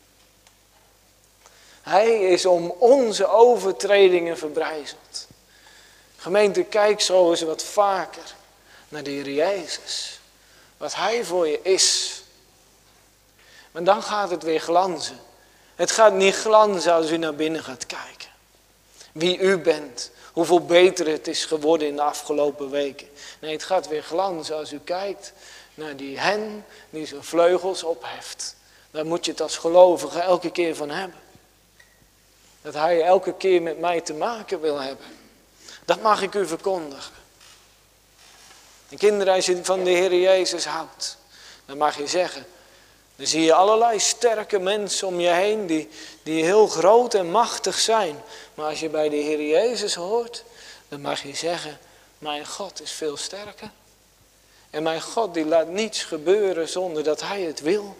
Hij is om onze overtredingen verbrijzeld. Gemeente, kijk zo eens wat vaker naar de Heer Jezus. Wat hij voor je is. Maar dan gaat het weer glanzen. Het gaat niet glanzen als u naar binnen gaat kijken. Wie u bent. Hoeveel beter het is geworden in de afgelopen weken. Nee, het gaat weer glanzen als u kijkt naar die hen die zijn vleugels opheft. Daar moet je het als gelovige elke keer van hebben. Dat hij elke keer met mij te maken wil hebben. Dat mag ik u verkondigen. En kinderen, als je van de Heer Jezus houdt, dan mag je zeggen, dan zie je allerlei sterke mensen om je heen die, die heel groot en machtig zijn. Maar als je bij de Heer Jezus hoort, dan mag je zeggen, mijn God is veel sterker. En mijn God die laat niets gebeuren zonder dat hij het wil.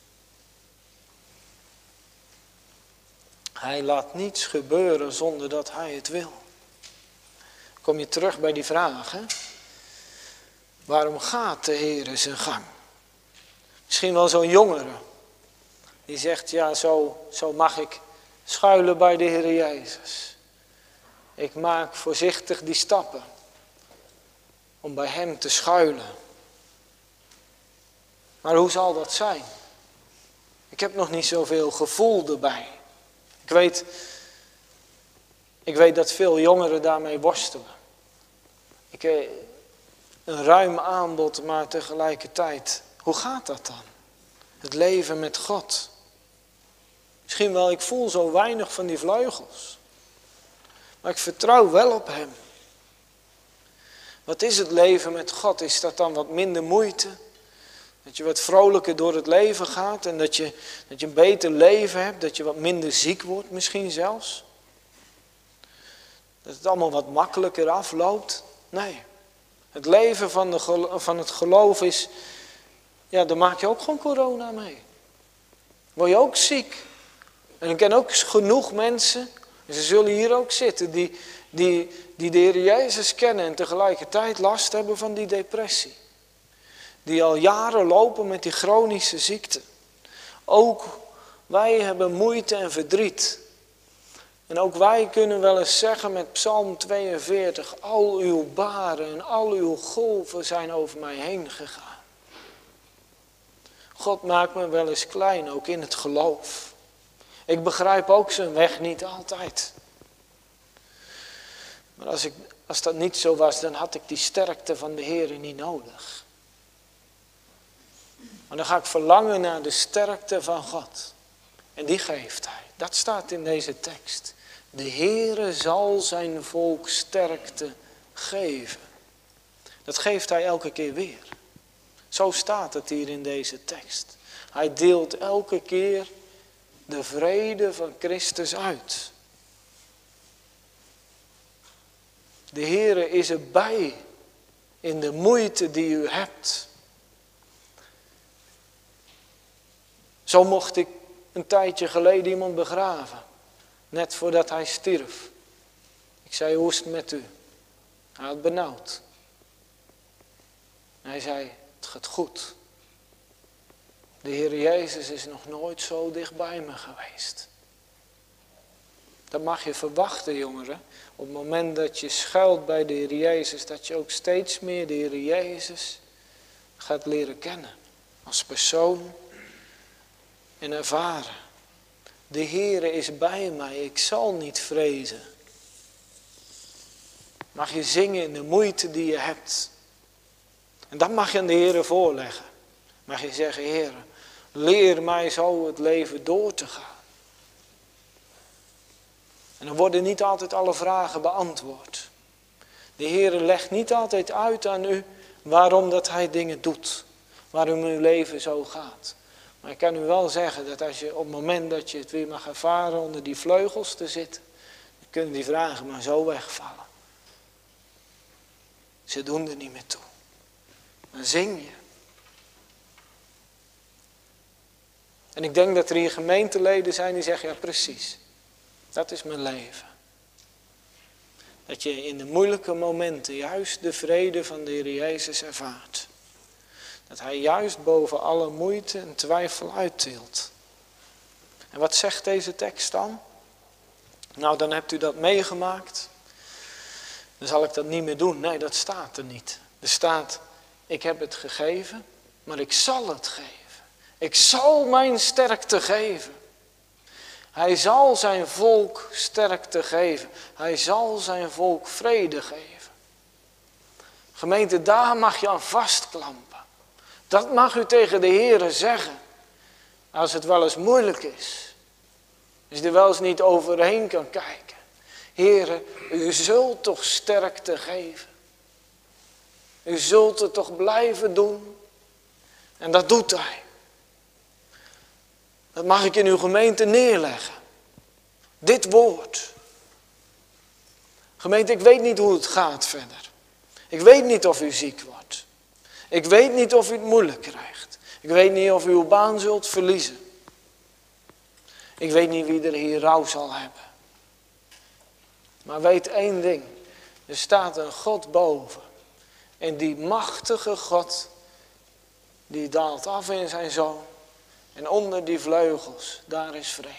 Hij laat niets gebeuren zonder dat hij het wil. Kom je terug bij die vraag, hè? Waarom gaat de Heer zijn gang? Misschien wel zo'n jongere. Die zegt, ja, zo, zo mag ik schuilen bij de Heer Jezus. Ik maak voorzichtig die stappen. Om bij hem te schuilen. Maar hoe zal dat zijn? Ik heb nog niet zoveel gevoel erbij. Ik weet, ik weet dat veel jongeren daarmee worstelen. Ik, een ruim aanbod, maar tegelijkertijd, hoe gaat dat dan? Het leven met God. Misschien wel, ik voel zo weinig van die vleugels. Maar ik vertrouw wel op hem. Wat is het leven met God? Is dat dan wat minder moeite? Dat je wat vrolijker door het leven gaat en dat je, dat je een beter leven hebt, dat je wat minder ziek wordt misschien zelfs. Dat het allemaal wat makkelijker afloopt. Nee, het leven van, de, van het geloof is, ja, daar maak je ook gewoon corona mee. Word je ook ziek. En ik ken ook genoeg mensen, En ze zullen hier ook zitten die, die, die de Heer Jezus kennen en tegelijkertijd last hebben van die depressie. Die al jaren lopen met die chronische ziekte. Ook wij hebben moeite en verdriet. En ook wij kunnen wel eens zeggen met Psalm tweeënveertig, al uw baren en al uw golven zijn over mij heen gegaan. God maakt me wel eens klein, ook in het geloof. Ik begrijp ook zijn weg niet altijd. Maar als, ik, als dat niet zo was, dan had ik die sterkte van de Heer niet nodig. Maar dan ga ik verlangen naar de sterkte van God. En die geeft hij. Dat staat in deze tekst. De Heere zal zijn volk sterkte geven. Dat geeft hij elke keer weer. Zo staat het hier in deze tekst. Hij deelt elke keer de vrede van Christus uit. De Heere is erbij in de moeite die u hebt. Zo mocht ik een tijdje geleden iemand begraven. Net voordat hij stierf. Ik zei, hoe is het met u? Hij had benauwd. En hij zei, het gaat goed. De Heer Jezus is nog nooit zo dicht bij me geweest. Dat mag je verwachten, jongeren. Op het moment dat je schuilt bij de Heer Jezus, dat je ook steeds meer de Heer Jezus gaat leren kennen. Als persoon en ervaren. De Heere is bij mij, ik zal niet vrezen. Mag je zingen in de moeite die je hebt. En dat mag je aan de Heere voorleggen. Mag je zeggen, Heere, leer mij zo het leven door te gaan. En dan worden niet altijd alle vragen beantwoord. De Heere legt niet altijd uit aan u waarom dat hij dingen doet. Waarom uw leven zo gaat. Maar ik kan u wel zeggen dat als je op het moment dat je het weer mag ervaren onder die vleugels te zitten, dan kunnen die vragen maar zo wegvallen. Ze doen er niet meer toe. Dan zing je. En ik denk dat er hier gemeenteleden zijn die zeggen, ja precies, dat is mijn leven. Dat je in de moeilijke momenten juist de vrede van de Heer Jezus ervaart. Dat hij juist boven alle moeite en twijfel uittilt. En wat zegt deze tekst dan? Nou, dan hebt u dat meegemaakt. Dan zal ik dat niet meer doen. Nee, dat staat er niet. Er staat, ik heb het gegeven, maar ik zal het geven. Ik zal mijn sterkte geven. Hij zal zijn volk sterkte geven. Hij zal zijn volk vrede geven. Gemeente, daar mag je aan vastklampen. Dat mag u tegen de Heere zeggen. Als het wel eens moeilijk is. Als je er wel eens niet overheen kan kijken. Heere, u zult toch sterkte geven. U zult het toch blijven doen. En dat doet hij. Dat mag ik in uw gemeente neerleggen. Dit woord. Gemeente, ik weet niet hoe het gaat verder. Ik weet niet of u ziek wordt. Ik weet niet of u het moeilijk krijgt. Ik weet niet of u uw baan zult verliezen. Ik weet niet wie er hier rouw zal hebben. Maar weet één ding. Er staat een God boven. En die machtige God, die daalt af in zijn zoon. En onder die vleugels, daar is vrede.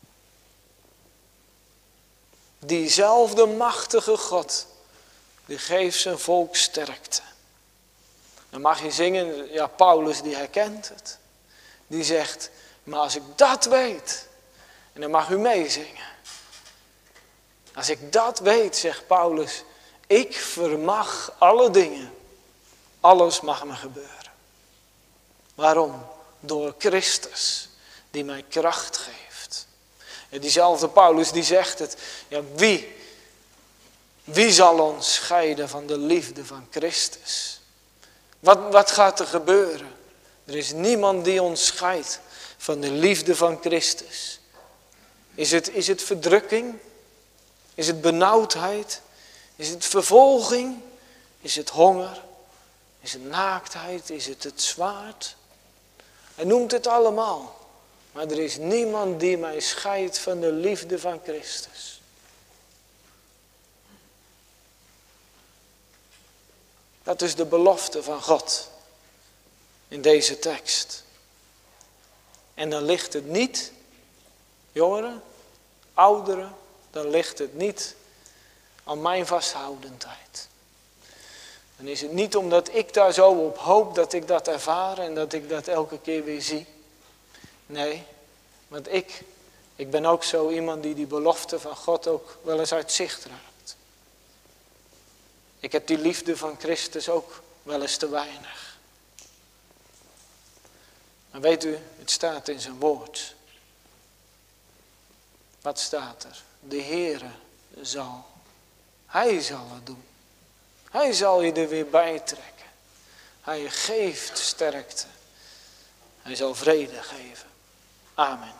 Diezelfde machtige God, die geeft zijn volk sterkte. Dan mag je zingen, ja, Paulus die herkent het. Die zegt, maar als ik dat weet, en dan mag u meezingen. Als ik dat weet, zegt Paulus, ik vermag alle dingen. Alles mag me gebeuren. Waarom? Door Christus, die mij kracht geeft. En diezelfde Paulus die zegt het, ja, wie, wie zal ons scheiden van de liefde van Christus? Wat, wat gaat er gebeuren? Er is niemand die ons scheidt van de liefde van Christus. Is het, is het verdrukking? Is het benauwdheid? Is het vervolging? Is het honger? Is het naaktheid? Is het het zwaard? Hij noemt het allemaal. Maar er is niemand die mij scheidt van de liefde van Christus. Dat is de belofte van God in deze tekst. En dan ligt het niet, jongeren, ouderen, dan ligt het niet aan mijn vasthoudendheid. Dan is het niet omdat ik daar zo op hoop dat ik dat ervaar en dat ik dat elke keer weer zie. Nee, want ik, ik ben ook zo iemand die die belofte van God ook wel eens uit zicht raakt. Ik heb die liefde van Christus ook wel eens te weinig. Maar weet u, het staat in zijn woord. Wat staat er? De Heere zal. Hij zal het doen. Hij zal je er weer bij trekken. Hij geeft sterkte. Hij zal vrede geven. Amen.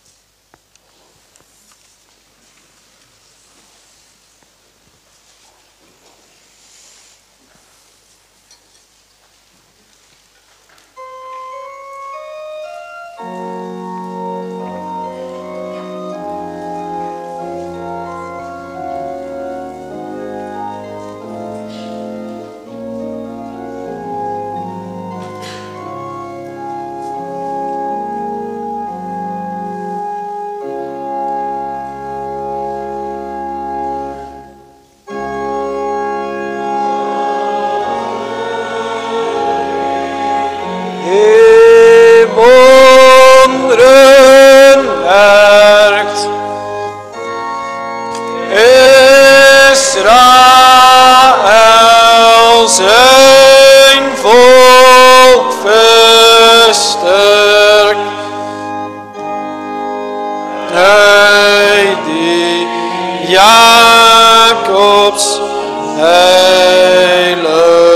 Israël zijn volk versterkt. Hij die Jacobs heilige